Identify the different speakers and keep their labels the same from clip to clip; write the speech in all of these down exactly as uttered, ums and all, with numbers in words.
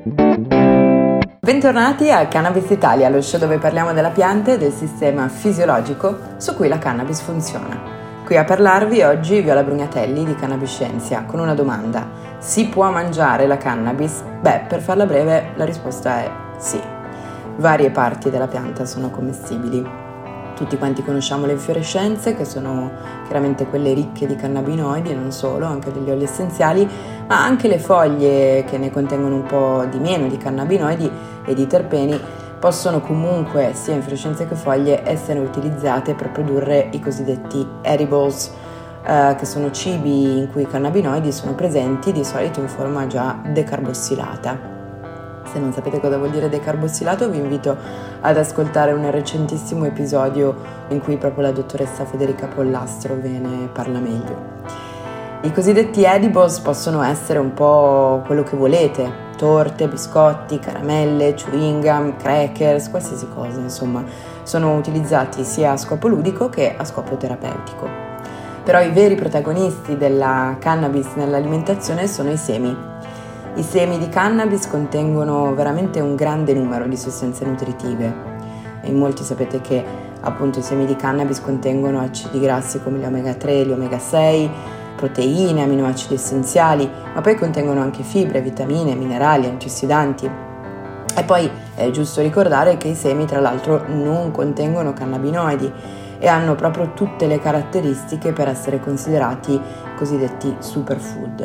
Speaker 1: Bentornati a Cannabis Italia, lo show dove parliamo della pianta e del sistema fisiologico su cui la cannabis funziona. Qui a parlarvi oggi Viola Brugnatelli di Cannabiscienza con una domanda: si può mangiare la cannabis? Beh, per farla breve la risposta è sì. Varie parti della pianta sono commestibili. Tutti quanti conosciamo le infiorescenze, che sono chiaramente quelle ricche di cannabinoidi e non solo, anche degli oli essenziali, ma anche le foglie, che ne contengono un po' di meno di cannabinoidi e di terpeni, possono comunque, sia infiorescenze che foglie, essere utilizzate per produrre i cosiddetti edibles, eh, che sono cibi in cui i cannabinoidi sono presenti, di solito in forma già decarbossilata. Se non sapete cosa vuol dire decarbossilato, vi invito ad ascoltare un recentissimo episodio in cui proprio la dottoressa Federica Pollastro ve ne parla meglio. I cosiddetti edibles possono essere un po' quello che volete: torte, biscotti, caramelle, chewing gum, crackers, qualsiasi cosa, insomma, sono utilizzati sia a scopo ludico che a scopo terapeutico. Però i veri protagonisti della cannabis nell'alimentazione sono i semi. I semi di cannabis contengono veramente un grande numero di sostanze nutritive e in molti sapete che appunto i semi di cannabis contengono acidi grassi come gli omega tre, gli omega sei, proteine, aminoacidi essenziali, ma poi contengono anche fibre, vitamine, minerali, antiossidanti. E poi è giusto ricordare che i semi tra l'altro non contengono cannabinoidi e hanno proprio tutte le caratteristiche per essere considerati cosiddetti superfood.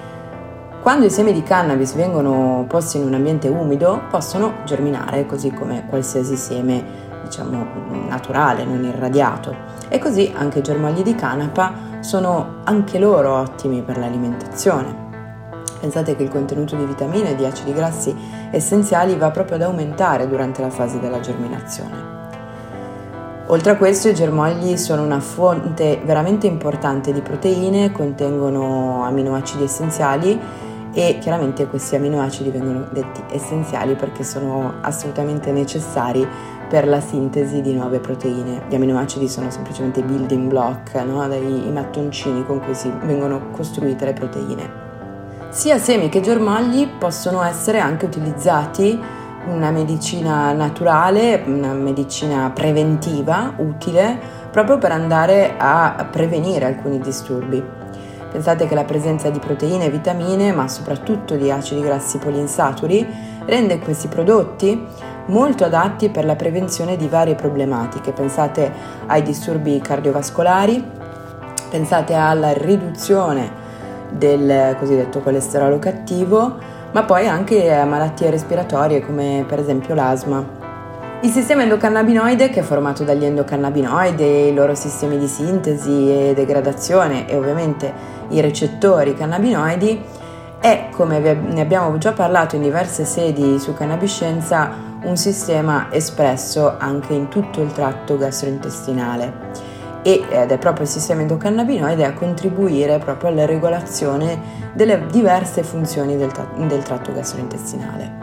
Speaker 1: Quando i semi di cannabis vengono posti in un ambiente umido possono germinare, così come qualsiasi seme, diciamo, naturale, non irradiato. E così anche i germogli di canapa sono anche loro ottimi per l'alimentazione. Pensate che il contenuto di vitamine e di acidi grassi essenziali va proprio ad aumentare durante la fase della germinazione. Oltre a questo, i germogli sono una fonte veramente importante di proteine, contengono aminoacidi essenziali e chiaramente questi aminoacidi vengono detti essenziali perché sono assolutamente necessari per la sintesi di nuove proteine. Gli aminoacidi sono semplicemente building block, no? Dei, i mattoncini con cui si vengono costruite le proteine. Sia semi che germogli possono essere anche utilizzati una medicina naturale, una medicina preventiva utile proprio per andare a prevenire alcuni disturbi. Pensate che la presenza di proteine e vitamine, ma soprattutto di acidi grassi poliinsaturi, rende questi prodotti molto adatti per la prevenzione di varie problematiche. Pensate ai disturbi cardiovascolari, pensate alla riduzione del cosiddetto colesterolo cattivo, ma poi anche a malattie respiratorie come per esempio l'asma. Il sistema endocannabinoide, che è formato dagli endocannabinoidi, i loro sistemi di sintesi e degradazione e ovviamente i recettori cannabinoidi, è, come ne abbiamo già parlato in diverse sedi su Cannabiscienza, un sistema espresso anche in tutto il tratto gastrointestinale ed è proprio il sistema endocannabinoide a contribuire proprio alla regolazione delle diverse funzioni del, tra- del tratto gastrointestinale.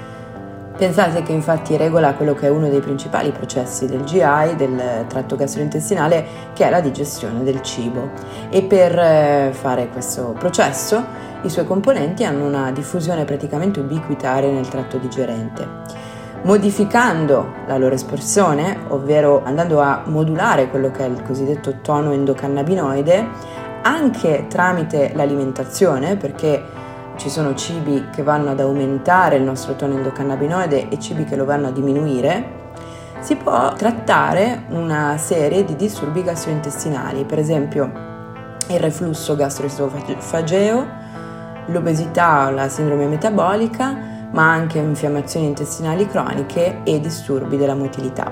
Speaker 1: Pensate che infatti regola quello che è uno dei principali processi del G I, del tratto gastrointestinale, che è la digestione del cibo. E per fare questo processo i suoi componenti hanno una diffusione praticamente ubiquitaria nel tratto digerente. Modificando la loro espressione, ovvero andando a modulare quello che è il cosiddetto tono endocannabinoide, anche tramite l'alimentazione, perché ci sono cibi che vanno ad aumentare il nostro tono endocannabinoide e cibi che lo vanno a diminuire, si può trattare una serie di disturbi gastrointestinali, per esempio il reflusso gastroesofageo, l'obesità o la sindrome metabolica, ma anche infiammazioni intestinali croniche e disturbi della motilità.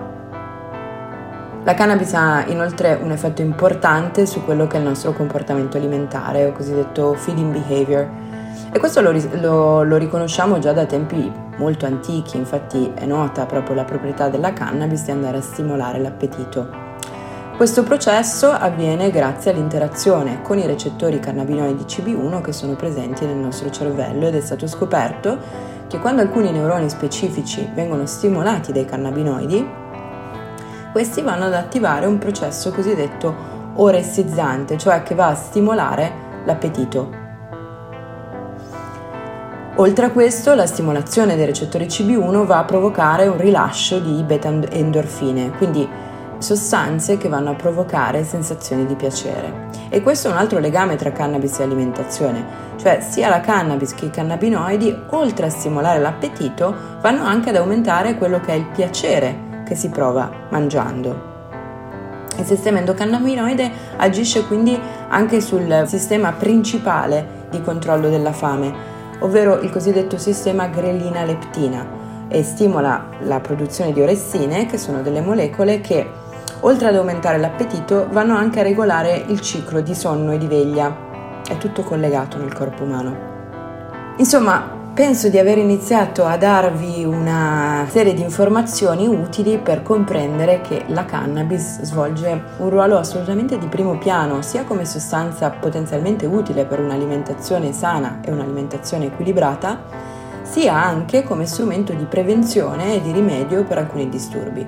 Speaker 1: La cannabis ha inoltre un effetto importante su quello che è il nostro comportamento alimentare, o cosiddetto feeding behavior, e questo lo, lo, lo riconosciamo già da tempi molto antichi. Infatti è nota proprio la proprietà della cannabis di andare a stimolare l'appetito. Questo processo avviene grazie all'interazione con i recettori cannabinoidi C B uno che sono presenti nel nostro cervello, ed è stato scoperto che quando alcuni neuroni specifici vengono stimolati dai cannabinoidi, questi vanno ad attivare un processo cosiddetto oressizzante, cioè che va a stimolare l'appetito. Oltre a questo, la stimolazione dei recettori C B uno va a provocare un rilascio di beta-endorfine, quindi sostanze che vanno a provocare sensazioni di piacere. E questo è un altro legame tra cannabis e alimentazione, cioè sia la cannabis che i cannabinoidi, oltre a stimolare l'appetito, vanno anche ad aumentare quello che è il piacere che si prova mangiando. Il sistema endocannabinoide agisce quindi anche sul sistema principale di controllo della fame, ovvero il cosiddetto sistema grelina-leptina, e stimola la produzione di oressine, che sono delle molecole che, oltre ad aumentare l'appetito, vanno anche a regolare il ciclo di sonno e di veglia. È tutto collegato nel corpo umano. Insomma, penso di aver iniziato a darvi una serie di informazioni utili per comprendere che la cannabis svolge un ruolo assolutamente di primo piano, sia come sostanza potenzialmente utile per un'alimentazione sana e un'alimentazione equilibrata, sia anche come strumento di prevenzione e di rimedio per alcuni disturbi.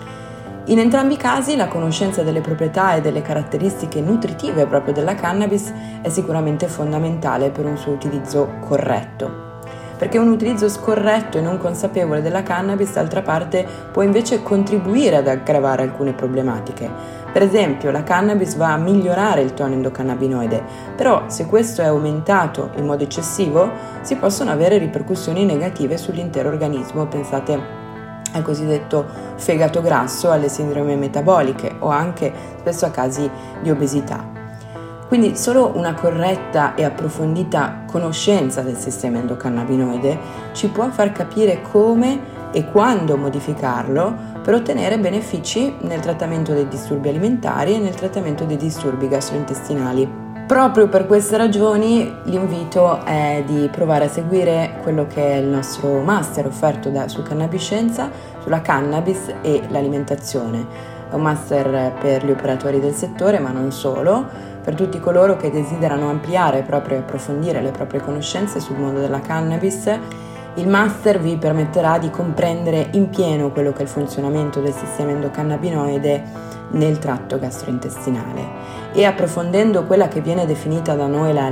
Speaker 1: In entrambi i casi la conoscenza delle proprietà e delle caratteristiche nutritive proprio della cannabis è sicuramente fondamentale per un suo utilizzo corretto. Perché un utilizzo scorretto e non consapevole della cannabis, d'altra parte, può invece contribuire ad aggravare alcune problematiche. Per esempio, la cannabis va a migliorare il tono endocannabinoide, però se questo è aumentato in modo eccessivo, si possono avere ripercussioni negative sull'intero organismo. Pensate al cosiddetto fegato grasso, alle sindrome metaboliche o anche spesso a casi di obesità. Quindi solo una corretta e approfondita conoscenza del sistema endocannabinoide ci può far capire come e quando modificarlo per ottenere benefici nel trattamento dei disturbi alimentari e nel trattamento dei disturbi gastrointestinali. Proprio per queste ragioni l'invito è di provare a seguire quello che è il nostro master offerto da, su Cannabiscienza, sulla cannabis e l'alimentazione. È un master per gli operatori del settore, ma non solo, per tutti coloro che desiderano ampliare proprio e approfondire le proprie conoscenze sul mondo della cannabis. Il master vi permetterà di comprendere in pieno quello che è il funzionamento del sistema endocannabinoide nel tratto gastrointestinale, e approfondendo quella che viene definita da noi la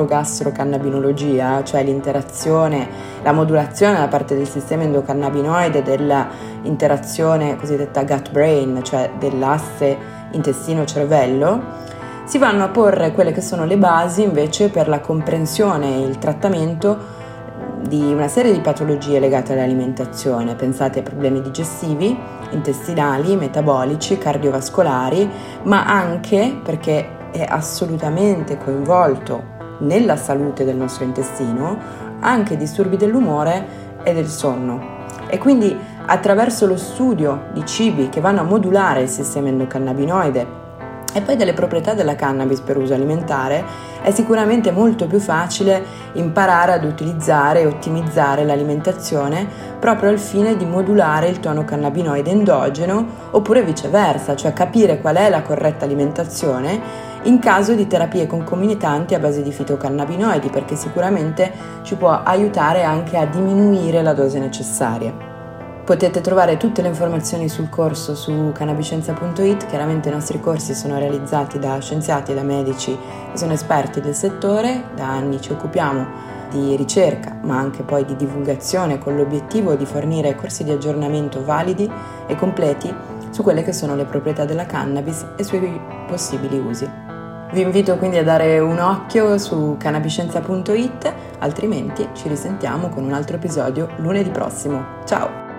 Speaker 1: neurogastrocannabinologia, cioè l'interazione, la modulazione da parte del sistema endocannabinoide dell'interazione cosiddetta gut-brain, cioè dell'asse intestino-cervello, si vanno a porre quelle che sono le basi invece per la comprensione e il trattamento di una serie di patologie legate all'alimentazione. Pensate ai problemi digestivi, intestinali, metabolici, cardiovascolari, ma anche, perché è assolutamente coinvolto nella salute del nostro intestino, anche disturbi dell'umore e del sonno. E quindi attraverso lo studio di cibi che vanno a modulare il sistema endocannabinoide e poi delle proprietà della cannabis per uso alimentare, è sicuramente molto più facile imparare ad utilizzare e ottimizzare l'alimentazione proprio al fine di modulare il tono cannabinoide endogeno, oppure viceversa, cioè capire qual è la corretta alimentazione in caso di terapie concomitanti a base di fitocannabinoidi, perché sicuramente ci può aiutare anche a diminuire la dose necessaria. Potete trovare tutte le informazioni sul corso su cannabiscienza punto it. Chiaramente i nostri corsi sono realizzati da scienziati e da medici che sono esperti del settore. Da anni ci occupiamo di ricerca, ma anche poi di divulgazione, con l'obiettivo di fornire corsi di aggiornamento validi e completi su quelle che sono le proprietà della cannabis e sui possibili usi. Vi invito quindi a dare un occhio su cannabiscienza punto it, altrimenti ci risentiamo con un altro episodio lunedì prossimo. Ciao!